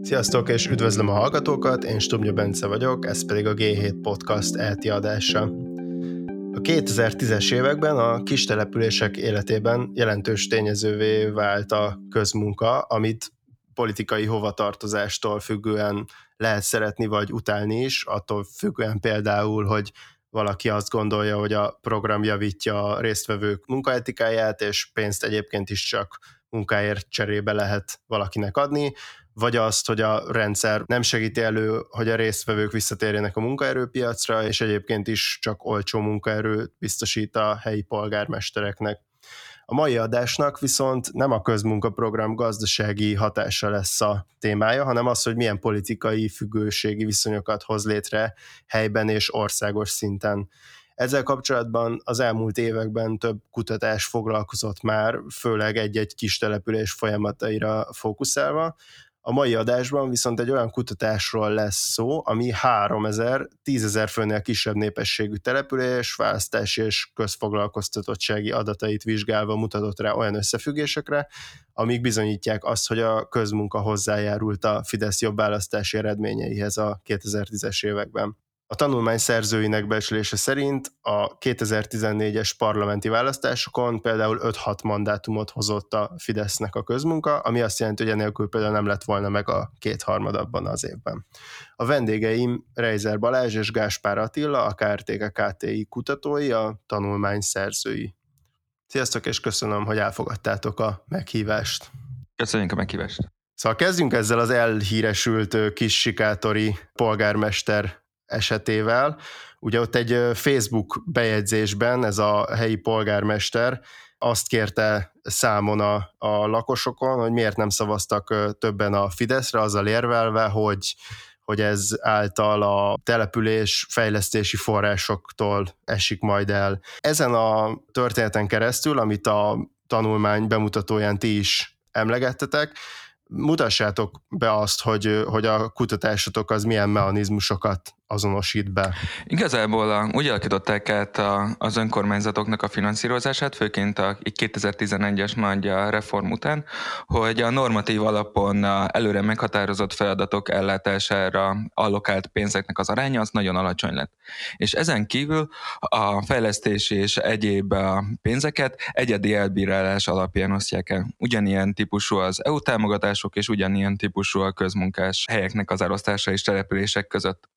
Sziasztok, és üdvözlöm a hallgatókat, én Stubnya Bence vagyok, ez pedig a G7 Podcast ELTE adása. A 2010-es években a kistelepülések életében jelentős tényezővé vált a közmunka, amit politikai hovatartozástól függően lehet szeretni vagy utálni is, attól függően például, hogy valaki azt gondolja, hogy a program javítja a résztvevők munkaetikáját, és pénzt egyébként is csak munkáért cserébe lehet valakinek adni, vagy azt, hogy a rendszer nem segíti elő, hogy a résztvevők visszatérjenek a munkaerőpiacra, és egyébként is csak olcsó munkaerőt biztosít a helyi polgármestereknek. A mai adásnak viszont nem a közmunkaprogram gazdasági hatása lesz a témája, hanem az, hogy milyen politikai függőségi viszonyokat hoz létre helyben és országos szinten. Ezzel kapcsolatban az elmúlt években több kutatás foglalkozott már, főleg egy-egy kis település folyamataira fókuszálva. A mai adásban viszont egy olyan kutatásról lesz szó, ami 3000-10 000 főnél kisebb népességű település, választási és közfoglalkoztatottsági adatait vizsgálva mutatott rá olyan összefüggésekre, amik bizonyítják azt, hogy a közmunka hozzájárult a Fidesz jobb választási eredményeihez a 2010-es években. A tanulmány szerzőinek becslése szerint a 2014-es parlamenti választásokon például 5-6 mandátumot hozott a Fidesznek a közmunka, ami azt jelenti, hogy enélkül például nem lett volna meg a kétharmad abban az évben. A vendégeim Reiser Balázs és Gáspár Attila, a KRTK KTI kutatói, a tanulmány szerzői. Sziasztok, és köszönöm, hogy elfogadtátok a meghívást. Köszönjük a meghívást. Szóval kezdjünk ezzel az elhíresült kis-sikátori polgármester esetével. Ugye ott egy Facebook bejegyzésben ez a helyi polgármester azt kérte számon a lakosokon, hogy miért nem szavaztak többen a Fideszre, azzal érvelve, hogy ez által a település fejlesztési forrásoktól esik majd el. Ezen a történeten keresztül, amit a tanulmány bemutatóján ti is emlegettetek, mutassátok be azt, hogy a kutatásotok az milyen mechanizmusokat azonosít be. Igazából úgy alakították át az önkormányzatoknak a finanszírozását, főként a 2011-es nagy reform után, hogy a normatív alapon előre meghatározott feladatok ellátására allokált pénzeknek az aránya az nagyon alacsony lett. És ezen kívül a fejlesztési és egyéb pénzeket egyedi elbírálás alapján osztják el. Ugyanilyen típusú az EU támogatások, és ugyanilyen típusú a közmunkás helyeknek az elosztása és települések között.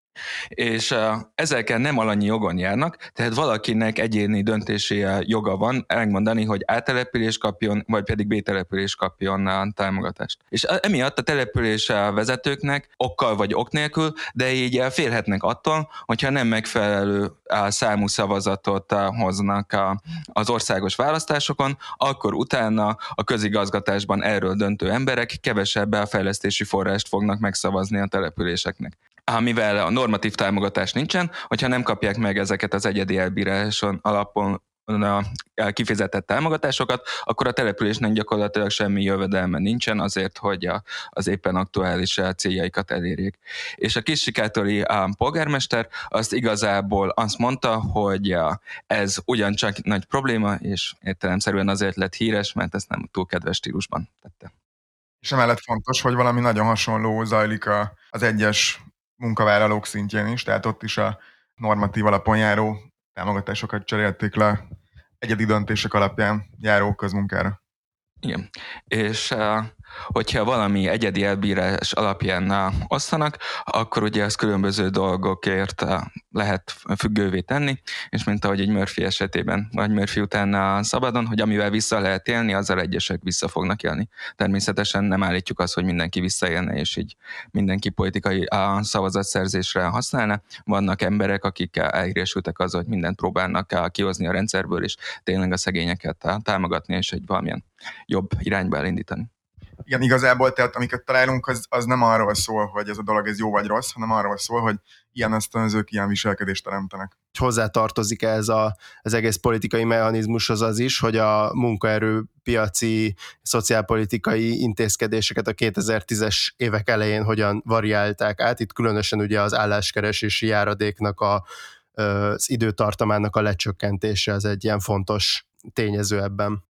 És ezekkel nem alanyi jogon járnak, tehát valakinek egyéni döntési joga van megmondani, hogy A-település kapjon, vagy pedig B-település kapjon a támogatást. És emiatt a település vezetőknek okkal vagy ok nélkül, de így félhetnek attól, hogyha nem megfelelő számú szavazatot hoznak az országos választásokon, akkor utána a közigazgatásban erről döntő emberek kevesebb fejlesztési forrást fognak megszavazni a településeknek. Mivel a normatív támogatás nincsen, hogyha nem kapják meg ezeket az egyedi elbíráláson alapon kifizetett támogatásokat, akkor a településnek gyakorlatilag semmi jövedelme nincsen azért, hogy az éppen aktuális céljaikat elérjék. És a kis-sikátori polgármester azt igazából azt mondta, hogy ez ugyancsak nagy probléma, és értelemszerűen azért lett híres, mert ezt nem túl kedves stílusban tette. És emellett fontos, hogy valami nagyon hasonló zajlik az egyes munkavállalók szintjén is, tehát ott is a normatív alapon járó támogatásokat cserélték le egyedi döntések alapján járó közmunkára. Igen, és hogyha valami egyedi elbírás alapján osztanak, akkor ugye ezt különböző dolgokért lehet függővé tenni, és mint ahogy egy Murphy esetében, vagy Murphy után szabadon, hogy amivel vissza lehet élni, azzal egyesek vissza fognak élni. Természetesen nem állítjuk azt, hogy mindenki visszaélne, és így mindenki politikai szavazatszerzésre használna. Vannak emberek, akik elhíresültek az, hogy mindent próbálnak kihozni a rendszerből, és tényleg a szegényeket támogatni, és egy valamilyen jobb irányba elindítani. Igen, igazából, tehát amiket találunk, az nem arról szól, hogy ez a dolog ez jó vagy rossz, hanem arról szól, hogy ilyen ösztönzők ilyen viselkedést teremtenek. Hozzá tartozik ez az egész politikai mechanizmushoz az is, hogy a munkaerőpiaci, szociálpolitikai intézkedéseket a 2010-es évek elején hogyan variálták át. Itt különösen ugye az álláskeresési járadéknak az időtartamának a lecsökkentése az egy ilyen fontos tényező ebben.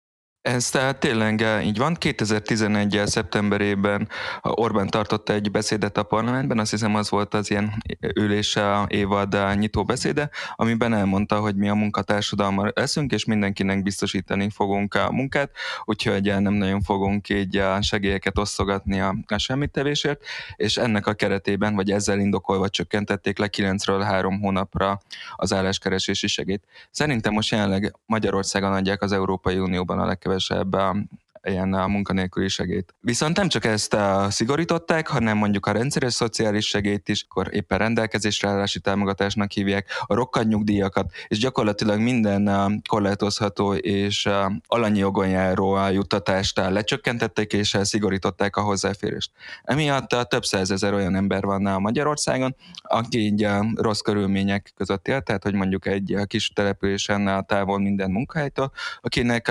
Ez tehát tényleg így van. 2011. szeptemberében Orbán tartott egy beszédet a parlamentben, azt hiszem az volt az ilyen ülése évad nyitó beszéde, amiben elmondta, hogy mi a munkatársadalma leszünk, és mindenkinek biztosítani fogunk a munkát, úgyhogy nem nagyon fogunk így segélyeket osztogatni a semmittevésért, és ennek a keretében, vagy ezzel indokolva csökkentették le 9-ről 3 hónapra az álláskeresési segélyt. Szerintem most jelenleg Magyarországon adják az Európai Unióban a legkevesebb ilyen munkanélküli segélyt. Viszont nem csak ezt szigorították, hanem mondjuk a rendszeres szociális segélyt is, akkor éppen rendelkezésre állási támogatásnak hívják, a rokkantnyugdíjakat, és gyakorlatilag minden korlátozható és alanyi jogon járó juttatást lecsökkentették, és szigorították a hozzáférést. Emiatt több százezer olyan ember van Magyarországon, aki így rossz körülmények között él, tehát hogy mondjuk egy kis településen távol minden munkahelytől, akinek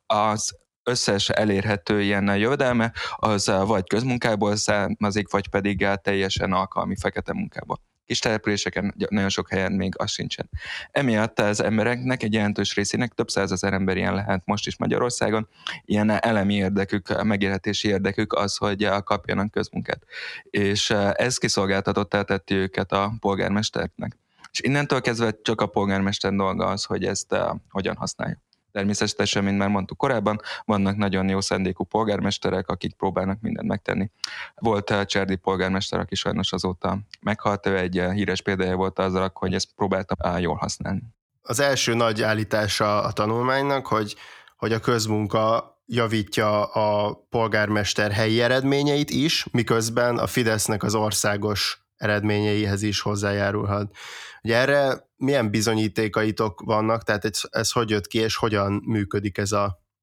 az összes elérhető ilyen jövedelme, az vagy közmunkából származik, vagy pedig teljesen alkalmi fekete munkából. Kis településeken nagyon sok helyen még az sincsen. Emiatt az embereknek egy jelentős részének, több százezer ember ilyen lehet most is Magyarországon, ilyen elemi érdekük, megélhetési érdekük az, hogy kapjanak közmunkát. És ez kiszolgáltatottá tetti őket a polgármesternek. És innentől kezdve csak a polgármester dolga az, hogy ezt hogyan használja. Természetesen, mint már mondtuk korábban, vannak nagyon jó szándékú polgármesterek, akik próbálnak mindent megtenni. Volt Cserdi polgármester, aki sajnos azóta meghalt, ő egy híres példája volt azzal, hogy ezt próbálta jól használni. Az első nagy állítása a tanulmánynak, hogy a közmunka javítja a polgármester helyi eredményeit is, miközben a Fidesznek az országos eredményeihez is hozzájárulhat. Ugye erre milyen bizonyítékaitok vannak, tehát ez hogy jött ki, és hogyan működik ez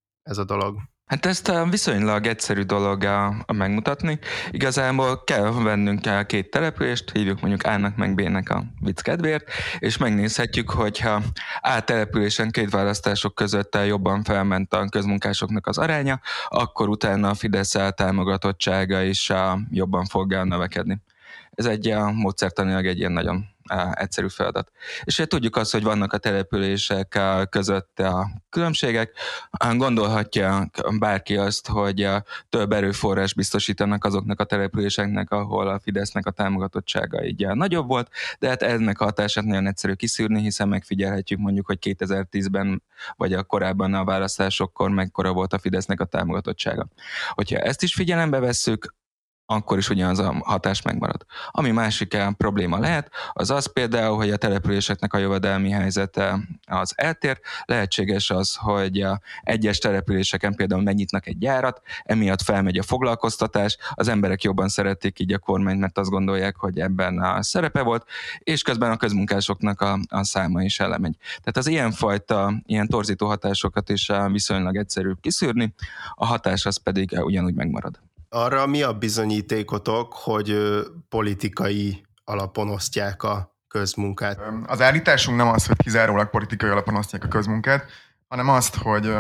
a dolog? Hát ezt viszonylag egyszerű dolog megmutatni. Igazából kell vennünk két települést, hívjuk mondjuk A-nak meg B-nek a vicc kedvéért, és megnézhetjük, hogyha A településen két választások között jobban felment a közmunkásoknak az aránya, akkor utána a Fidesz támogatottsága is jobban fog növekedni. Ez egy módszertanilag egy ilyen nagyon egyszerű feladat. És tudjuk azt, hogy vannak a települések között a különbségek. Gondolhatja bárki azt, hogy több erőforrás biztosítanak azoknak a településeknek, ahol a Fidesznek a támogatottsága így nagyobb volt, de hát ennek a hatását nagyon egyszerű kiszűrni, hiszen megfigyelhetjük mondjuk, hogy 2010-ben vagy a korábban a választásokkor mekkora volt a Fidesznek a támogatottsága. Hogyha ezt is figyelembe vesszük, akkor is ugyanaz a hatás megmarad. Ami másik probléma lehet, az például, hogy a településeknek a jövedelmi helyzete az eltér. Lehetséges az, hogy egyes településeken például megnyitnak egy gyárat, emiatt felmegy a foglalkoztatás, az emberek jobban szeretik így a kormányt, mert azt gondolják, hogy ebben a szerepe volt, és közben a közmunkásoknak a száma is elemegy. Tehát az ilyenfajta, ilyen torzító hatásokat is viszonylag egyszerű kiszűrni, a hatás az pedig ugyanúgy megmarad. Arra mi a bizonyítékotok, hogy politikai alapon osztják a közmunkát? Az állításunk nem az, hogy kizárólag politikai alapon osztják a közmunkát, hanem azt, hogy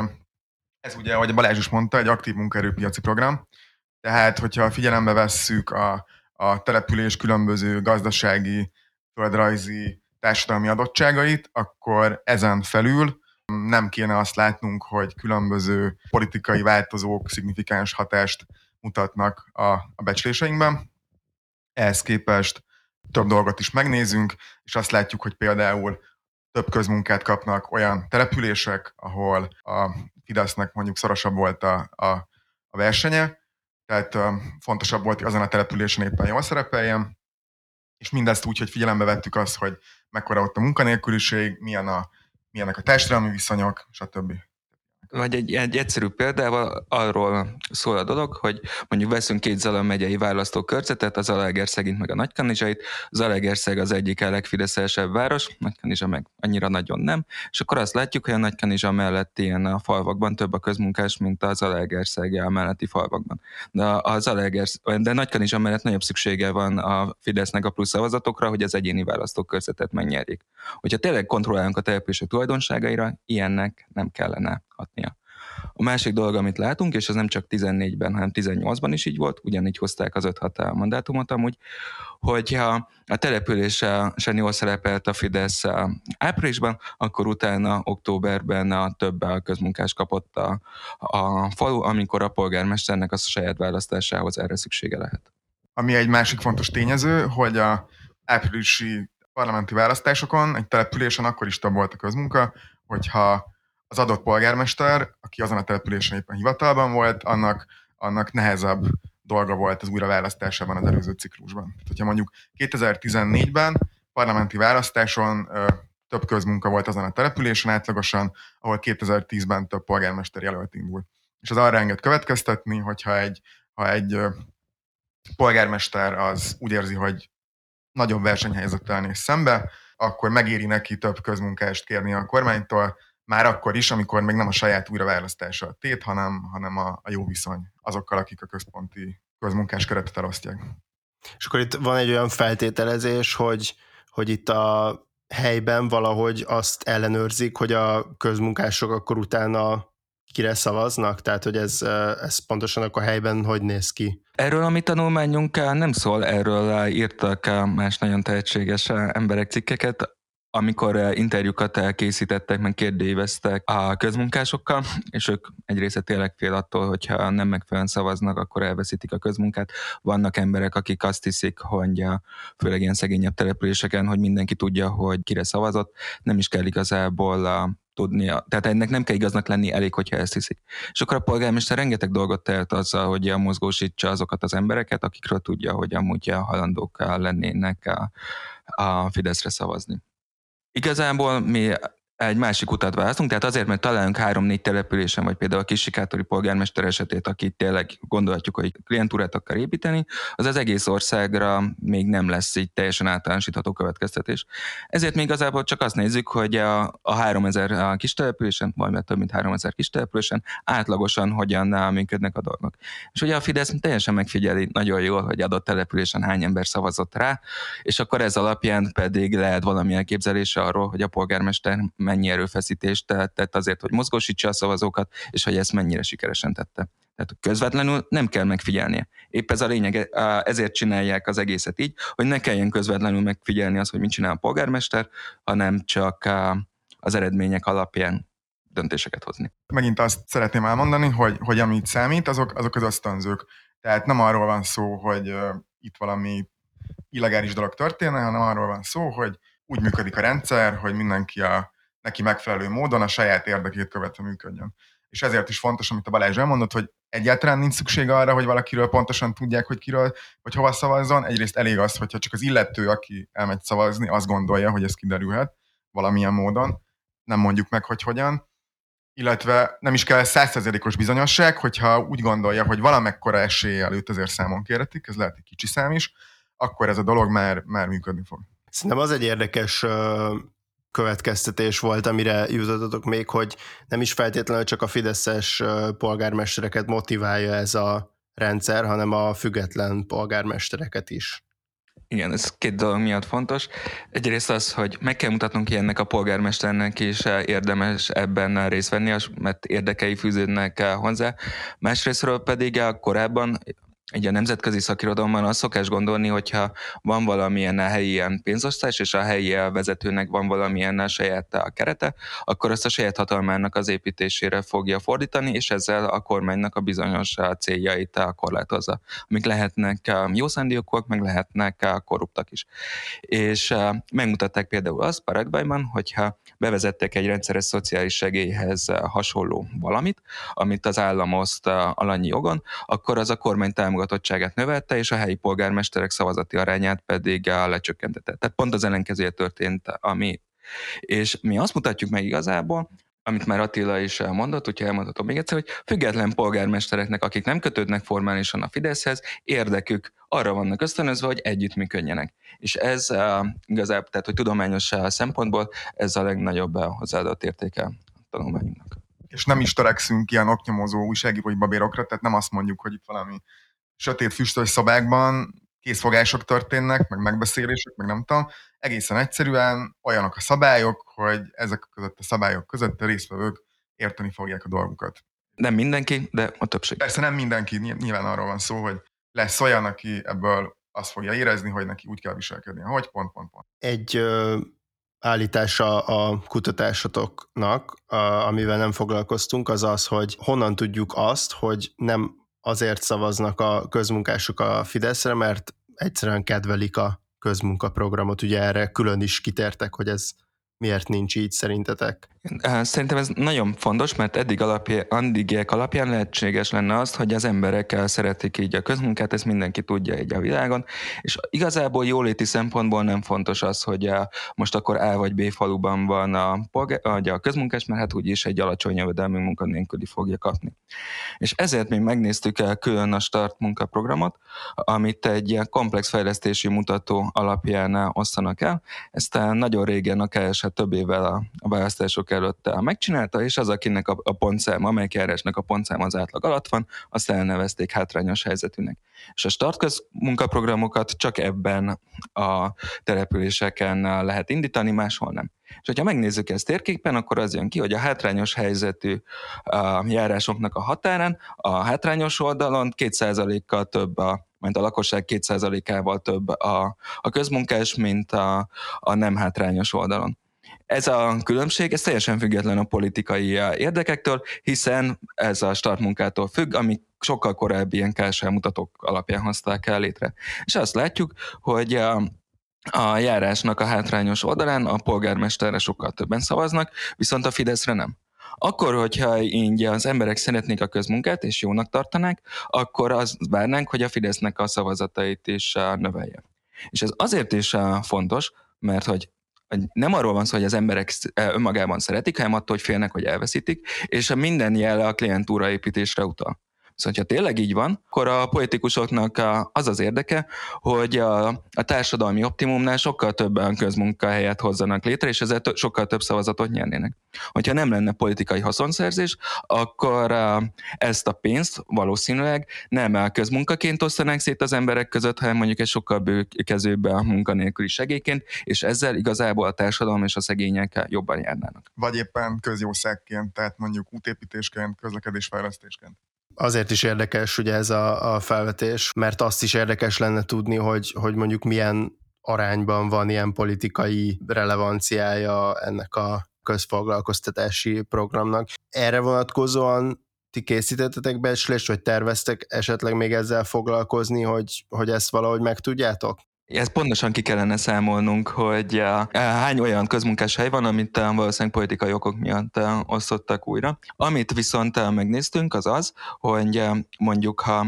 ez ugye, ahogy Balázs is mondta, egy aktív munkaerőpiaci program. Tehát, hogyha figyelembe vesszük a település különböző gazdasági, földrajzi, társadalmi adottságait, akkor ezen felül nem kéne azt látnunk, hogy különböző politikai változók szignifikáns hatást mutatnak a becsléseinkben. Ehhez képest több dolgot is megnézünk, és azt látjuk, hogy például több közmunkát kapnak olyan települések, ahol a Fidesznek mondjuk szorosabb volt a versenye, tehát fontosabb volt, hogy azon a településen éppen jól szerepeljen, és mindezt úgy, hogy figyelembe vettük azt, hogy mekkora ott a munkanélküliség, milyenek a társadalmi viszonyok, stb. Vagy egy egyszerű példával arról szól a dolog, hogy mondjuk veszünk két Zala megyei választókörzetet, a Zalaegerszegit meg a Nagykanizsait. Zalaegerszeg az egyik legfideszesebb város, Nagykanizsa meg annyira nagyon nem, és akkor azt látjuk, hogy a Nagykanizsa mellett ilyen a falvakban több a közmunkás, mint a Zalaegerszeg melletti falvakban. De Nagykanizsa mellett nagyobb szüksége van a Fidesznek a plusz szavazatokra, hogy az egyéni választókörzetet megnyerjék. Hogyha tényleg kontrollálunk a települések tulajdonságaira, ilyennek nem kellene hatnia. A másik dolog, amit látunk, és ez nem csak 14-ben, hanem 18-ban is így volt, ugyanígy hozták az 5-6 mandátumot amúgy, hogyha a településen jól szerepelt a Fidesz áprilisban, akkor utána októberben több közmunkás kapott a falu, amikor a polgármesternek a saját választásához erre szüksége lehet. Ami egy másik fontos tényező, hogy a áprilisi parlamenti választásokon egy településen akkor is több volt a közmunka, hogyha az adott polgármester, aki azon a településen éppen hivatalban volt, annak nehezebb dolga volt az újraválasztásában az előző ciklusban. Tehát, hogyha mondjuk 2014-ben parlamenti választáson több közmunka volt azon a településen átlagosan, ahol 2010-ben több polgármester jelölt indult. És az arra enged következtetni, hogyha egy polgármester az úgy érzi, hogy nagyobb versenyhelyzettel néz szembe, akkor megéri neki több közmunkást kérni a kormánytól, már akkor is, amikor még nem a saját újraválasztása a tét, hanem a jó viszony azokkal, akik a központi közmunkás keretet elosztják. És akkor itt van egy olyan feltételezés, hogy itt a helyben valahogy azt ellenőrzik, hogy a közmunkások akkor utána kire szavaznak? Tehát, hogy ez pontosan akkor a helyben hogy néz ki? Erről a mi tanulmányunk nem szól, erről írtak más nagyon tehetséges emberek cikkeket, amikor interjúkat készítettek, meg kérdőíveztek a közmunkásokkal, és ők egy része tényleg fél attól, hogyha nem megfelelően szavaznak, akkor elveszítik a közmunkát. Vannak emberek, akik azt hiszik, hogy főleg ilyen szegényebb településeken, hogy mindenki tudja, hogy kire szavazott, nem is kell igazából tudnia. Tehát ennek nem kell igaznak lenni, elég, hogyha ezt hiszik. És akkor a polgármester rengeteg dolgot tehet azzal, hogy mozgósítsa azokat az embereket, akikről tudja, hogy amúgy hajlandók lennének a Fideszre szavazni. Igazából mi egy másik utat választunk, tehát azért, mert találunk 3-4 településen, vagy például a Kis-Sikátori polgármester esetét, akit tényleg gondolhatjuk, hogy klientúrát akar építeni, az egész országra még nem lesz így teljesen általánosítható következtetés. Ezért mi igazából csak azt nézzük, hogy a 3000 kis településen, vagy több mint 3000 kis településen átlagosan hogyan működnek a dolgok. És ugye a Fidesz teljesen megfigyeli nagyon jól, hogy adott településen hány ember szavazott rá, és akkor ez alapján pedig lehet valami elképzelése arról, hogy a polgármester mennyi erőfeszítést tett azért, hogy mozgósítsa a szavazókat, és hogy ezt mennyire sikeresen tette. Tehát közvetlenül nem kell megfigyelnie. Épp ez a lényeg, ezért csinálják az egészet így, hogy ne kelljen közvetlenül megfigyelni azt, hogy mit csinál a polgármester, hanem csak az eredmények alapján döntéseket hozni. Megint azt szeretném elmondani, hogy amit számít, azok az ösztönzők. Tehát nem arról van szó, hogy itt valami illegális dolog történne, hanem arról van szó, hogy úgy működik a rendszer, hogy mindenki neki megfelelő módon a saját érdekét követve működjön. És ezért is fontos, amit a Balázs elmondott, hogy egyáltalán nincs szükség arra, hogy valakiről pontosan tudják, hogy kiről, vagy hova szavazzon. Egyrészt elég az, hogyha csak az illető, aki elmegy szavazni, azt gondolja, hogy ez kiderülhet valamilyen módon. Nem mondjuk meg, hogy hogyan. Illetve nem is kell 100%-os bizonyosság, hogyha úgy gondolja, hogy valamekkora eséllyel őt azért számon kérhetik, ez lehet egy kicsi szám is, akkor ez a dolog már működni fog. Szerintem az egy érdekes következtetés volt, amire jutottatok még, hogy nem is feltétlenül csak a fideszes polgármestereket motiválja ez a rendszer, hanem a független polgármestereket is. Igen, ez 2 dolog miatt fontos. Egyrészt az, hogy meg kell mutatnunk ki ennek a polgármesternek is érdemes ebben részt venni, mert érdekei fűződnek hozzá. Másrésztről pedig korábban így a nemzetközi szakirodalomban azt szokás gondolni, hogyha van valamilyen helyi ilyen pénzosztás, és a helyi vezetőnek van valamilyen saját kerete, akkor azt a saját hatalmának az építésére fogja fordítani, és ezzel a kormánynak a bizonyos céljait korlátozza, amik lehetnek jó szándékúak, meg lehetnek korruptak is. És megmutatták például azt Paraguayban, hogyha bevezettek egy rendszeres szociális segélyhez hasonló valamit, amit az állam oszt alanyi jogon, akkor az a kormány támogatottságát növelte, és a helyi polgármesterek szavazati arányát pedig lecsökkentette. Tehát pont az ellenkezője történt, ami. És mi azt mutatjuk meg igazából, amit már Attila is mondott, úgyhogy elmondhatom még egyszer, hogy független polgármestereknek, akik nem kötődnek formálisan a Fideszhez, érdekük arra vannak ösztönözve, hogy együttműködjenek. És ez igazából, tehát hogy tudományos szempontból ez a legnagyobb hozzáadott értéke a tanulmányunknak. És nem is törekszünk ilyen oknyomozó újságírói babérokra, tehát nem azt mondjuk, hogy itt valami sötét füstös szobákban készfogások történnek, meg megbeszélések, meg nem tudom. Egészen egyszerűen olyanok a szabályok, hogy ezek között a szabályok között a résztvevők érteni fogják a dolgukat. Nem mindenki, de a többség. Persze nem mindenki, nyilván arról van szó, hogy lesz olyan, aki ebből azt fogja érezni, hogy neki úgy kell viselkedni, hogy pont. Egy állítása a kutatásotoknak, amivel nem foglalkoztunk, az az, hogy honnan tudjuk azt, hogy nem azért szavaznak a közmunkások a Fideszre, mert egyszerűen kedvelik a közmunkaprogramot. Ugye erre külön is kitértek, hogy ez miért nincs így szerintetek? Szerintem ez nagyon fontos, mert eddigiek alapján lehetséges lenne az, hogy az emberek szeretik így a közmunkát, ezt mindenki tudja így a világon, és igazából jóléti szempontból nem fontos az, hogy most akkor A vagy B faluban van a közmunkás, mert hát úgyis egy alacsony jövedelmű munkanélküli fogja kapni. És ezért még megnéztük külön a Start munkaprogramot, amit egy komplex fejlesztési mutató alapján osztanak el. Ezt nagyon régen a KSH több évvel a választások előtt megcsinálta, és az, akinek a pontszáma, amelyik járásnak a pontszáma az átlag alatt van, azt elnevezték hátrányos helyzetűnek. És a Start munkaprogramokat csak ebben a településeken lehet indítani, máshol nem. És hogyha megnézzük ezt térképen, akkor az jön ki, hogy a hátrányos helyzetű járásoknak a határán, a hátrányos oldalon 2%-kal több mint a lakosság 2%-ával több a közmunkás, mint a nem hátrányos oldalon. Ez a különbség, ez teljesen független a politikai érdekektől, hiszen ez a Start munkától függ, ami sokkal korábbi ilyen KSH mutatók alapján hozták el létre. És azt látjuk, hogy a járásnak a hátrányos oldalán a polgármesterre sokkal többen szavaznak, viszont a Fideszre nem. Akkor, hogyha így az emberek szeretnék a közmunkát és jónak tartanák, akkor azt várnánk, hogy a Fidesznek a szavazatait is növelje. És ez azért is fontos, mert hogy nem arról van szó, hogy az emberek önmagában szeretik, hanem attól, hogy félnek, hogy elveszítik, és minden jel a klientúraépítésre utal. Szóval, ha tényleg így van, akkor a politikusoknak az az érdeke, hogy a társadalmi optimumnál sokkal több közmunkahelyet hozzanak létre, és ezzel sokkal több szavazatot nyernének. Hogyha nem lenne politikai haszonszerzés, akkor ezt a pénzt valószínűleg nem közmunkaként osztanák szét az emberek között, hanem mondjuk egy sokkal bőkezőbb munkanélküli segélyként, és ezzel igazából a társadalom és a szegények jobban járnának. Vagy éppen közjószágként, tehát mondjuk útépítésként, közlekedésfejlesztésként. Azért is érdekes ugye ez a felvetés, mert azt is érdekes lenne tudni, hogy mondjuk milyen arányban van ilyen politikai relevanciája ennek a közfoglalkoztatási programnak. Erre vonatkozóan ti készítettetek becslést, vagy terveztek esetleg még ezzel foglalkozni, hogy ezt valahogy megtudjátok? Ezt pontosan ki kellene számolnunk, hogy hány olyan közmunkás hely van, amit valószínűleg politikai okok miatt osztottak újra. Amit viszont megnéztünk, az az, hogy mondjuk ha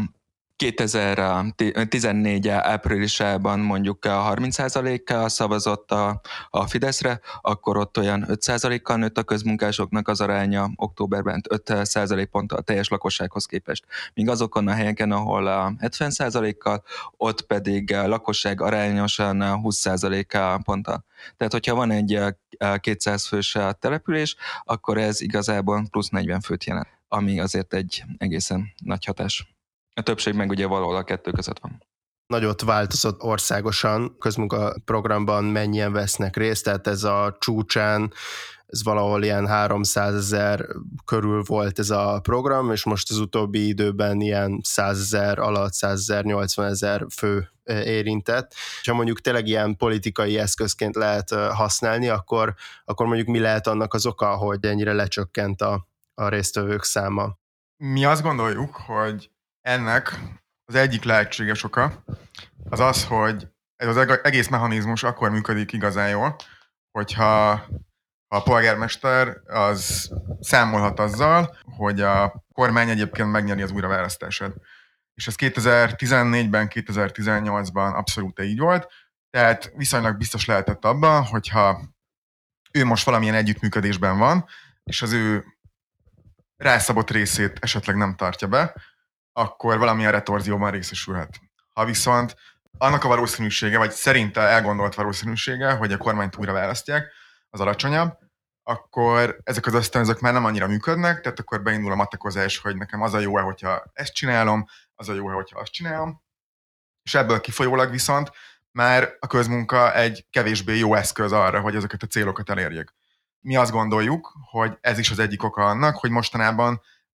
2014 áprilisában mondjuk 30%-kal szavazott a Fideszre, akkor ott olyan 5%-kal nőtt a közmunkásoknak az aránya októberben 5% ponttal a teljes lakossághoz képest. Míg azokon a helyeken, ahol 70%-kal, ott pedig lakosság arányosan 20% ponttal. Tehát, hogyha van egy 200 fős település, akkor ez igazából plusz 40 főt jelent, ami azért egy egészen nagy hatás. A többség meg ugye valahol a kettő között van. Nagyot változott országosan, közmunkaprogramban mennyien vesznek részt, tehát ez a csúcsán, ez valahol ilyen 300 000 körül volt ez a program, és most az utóbbi időben ilyen 100 000 alatt, 100 000, 80 000 fő érintett. És ha mondjuk tényleg ilyen politikai eszközként lehet használni, akkor mondjuk mi lehet annak az oka, hogy ennyire lecsökkent a résztvevők száma? Mi azt gondoljuk, hogy ennek az egyik lehetséges oka az az, hogy ez az egész mechanizmus akkor működik igazán jól, hogyha a polgármester az számolhat azzal, hogy a kormány egyébként megnyeri az újraválasztását. És ez 2014-ben, 2018-ban abszolút így volt, tehát viszonylag biztos lehetett abban, hogyha ő most valamilyen együttműködésben van, és az ő rászabott részét esetleg nem tartja be, akkor valamilyen retorzióban részesülhet. Ha viszont annak a valószínűsége, vagy szerinte elgondolt valószínűsége, hogy a kormányt újra választják, az alacsonyabb, akkor ezek az ösztönzők már nem annyira működnek, tehát akkor beindul a matekozás, hogy nekem az a jó-e, hogyha ezt csinálom, az a jó-e, hogyha azt csinálom. És ebből kifolyólag viszont már a közmunka egy kevésbé jó eszköz arra, hogy ezeket a célokat elérjék. Mi azt gondoljuk, hogy ez is az egyik oka annak, hogy mostanában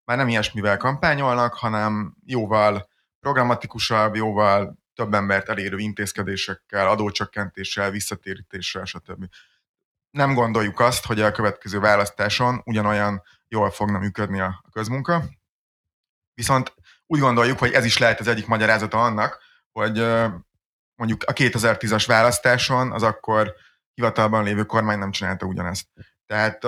már nem ilyesmivel kampányolnak, hanem jóval programatikusabb, jóval több embert elérő intézkedésekkel, adócsökkentéssel, visszatérítéssel, stb. Nem gondoljuk azt, hogy a következő választáson ugyanolyan jól fogna működni a közmunka. Viszont úgy gondoljuk, hogy ez is lehet az egyik magyarázata annak, hogy mondjuk a 2010-es választáson az akkor hivatalban lévő kormány nem csinálta ugyanezt. Tehát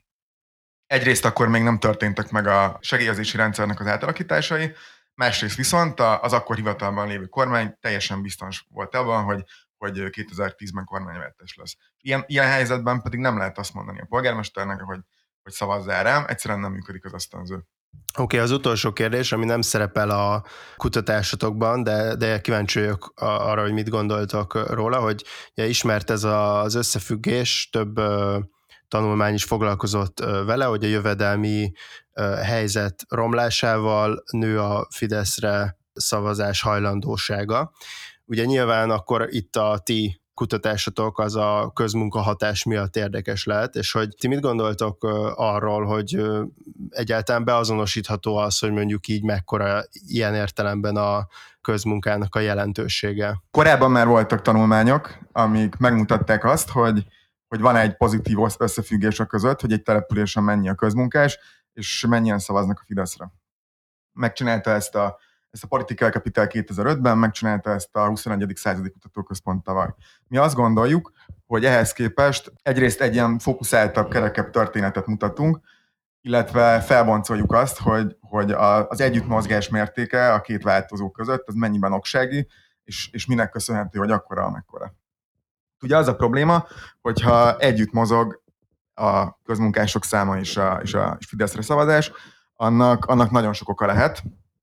egyrészt akkor még nem történtek meg a segélyezési rendszernek az átalakításai, másrészt viszont az akkor hivatalban lévő kormány teljesen biztos volt abban, hogy 2010-ben kormányváltás lesz. Ilyen helyzetben pedig nem lehet azt mondani a polgármesternek, hogy szavazzál rám, egyszerűen nem működik az ösztönző. Oké, az utolsó kérdés, ami nem szerepel a kutatásotokban, de kíváncsi vagyok arra, hogy mit gondoltok róla, hogy ismert ez az összefüggés, több tanulmány is foglalkozott vele, hogy a jövedelmi helyzet romlásával nő a Fideszre szavazás hajlandósága. Ugye nyilván akkor itt a ti kutatásotok az a közmunkahatás miatt érdekes lehet, és hogy ti mit gondoltok arról, hogy egyáltalán beazonosítható az, hogy mondjuk így mekkora ilyen értelemben a közmunkának a jelentősége? Korábban már voltak tanulmányok, amik megmutatták azt, hogy van egy pozitív összefüggés a között, hogy egy településen mennyi a közmunkás, és mennyien szavaznak a Fideszre. Megcsinálta ezt a Political Capital 2005-ben, megcsinálta ezt a 21. századi kutatóközpont tavaly. Mi azt gondoljuk, hogy ehhez képest egyrészt egy ilyen fókuszáltabb, kerekebb történetet mutatunk, illetve felboncoljuk azt, hogy az együttmozgás mértéke a két változó között, az mennyiben oksági, és minek köszönhető, hogy akkora, amekkora. Ugye az a probléma, hogyha együtt mozog a közmunkások száma és a Fideszre szavazás, annak nagyon sok oka lehet,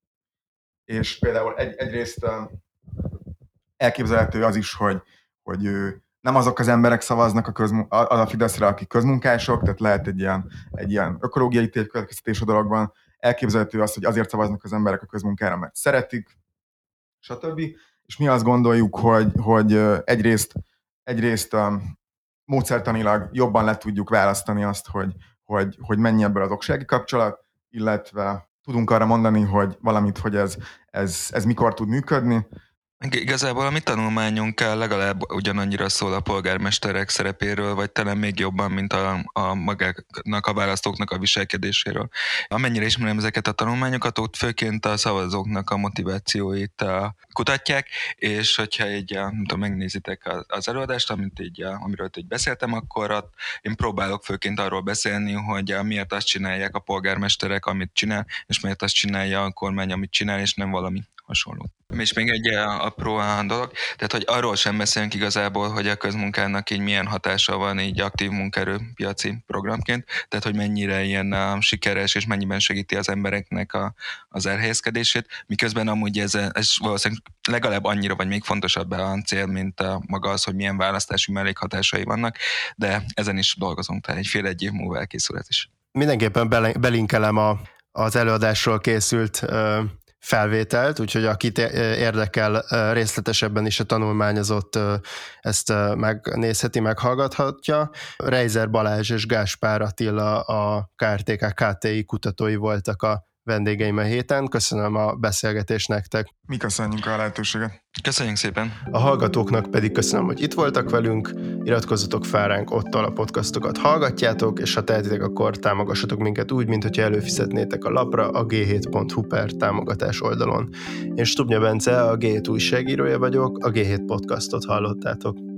és például egyrészt elképzelhető az is, hogy nem azok az emberek szavaznak a Fideszre, akik közmunkások, tehát lehet egy ilyen ökológiai tétkövetkeztetés a dologban. Elképzelhető az, hogy azért szavaznak az emberek a közmunkára, mert szeretik, stb. És mi azt gondoljuk, hogy egyrészt módszertanilag jobban le tudjuk választani azt, hogy mennyi ebből az oksági kapcsolat, illetve tudunk arra mondani, hogy valamit, hogy ez mikor tud működni. Igazából a mi tanulmányunk legalább ugyanannyira szól a polgármesterek szerepéről, vagy talán még jobban, mint a magának, a választóknak a viselkedéséről. Amennyire ismerem ezeket a tanulmányokat, ott főként a szavazóknak a motivációit kutatják, és hogyha így megnézitek az előadást, amiről így beszéltem, akkor ott én próbálok főként arról beszélni, hogy miért azt csinálják a polgármesterek, amit csinál, és miért azt csinálja a kormány, amit csinál, és nem valami hasonló. És még egy apró dolog, tehát hogy arról sem beszélünk igazából, hogy a közmunkának így milyen hatása van így aktív munkaerőpiaci programként, tehát hogy mennyire ilyen sikeres és mennyiben segíti az embereknek az elhelyezkedését, miközben amúgy ez valószínűleg legalább annyira vagy még fontosabb a cél, mint maga az, hogy milyen választási mellékhatásai vannak, de ezen is dolgozunk, tehát egy év múlva elkészül ez is. Mindenképpen belinkelem az előadásról készült felvételt, úgyhogy akit érdekel részletesebben is a tanulmányozott, ezt megnézheti, meghallgathatja. Reiser Balázs és Gáspár Attila a KRTK KTI kutatói voltak a vendégeim a héten. Köszönöm a beszélgetést nektek. Mi köszönjük a lehetőséget. Köszönjük szépen. A hallgatóknak pedig köszönöm, hogy itt voltak velünk. Iratkozzatok fel ránk, ott a podcastokat hallgatjátok, és ha tehetitek, akkor támogassatok minket úgy, mint hogyha előfizetnétek a lapra a g7.hu/támogatás oldalon. Én Stubnya Bence, a G7 újságírója vagyok, a G7 podcastot hallottátok.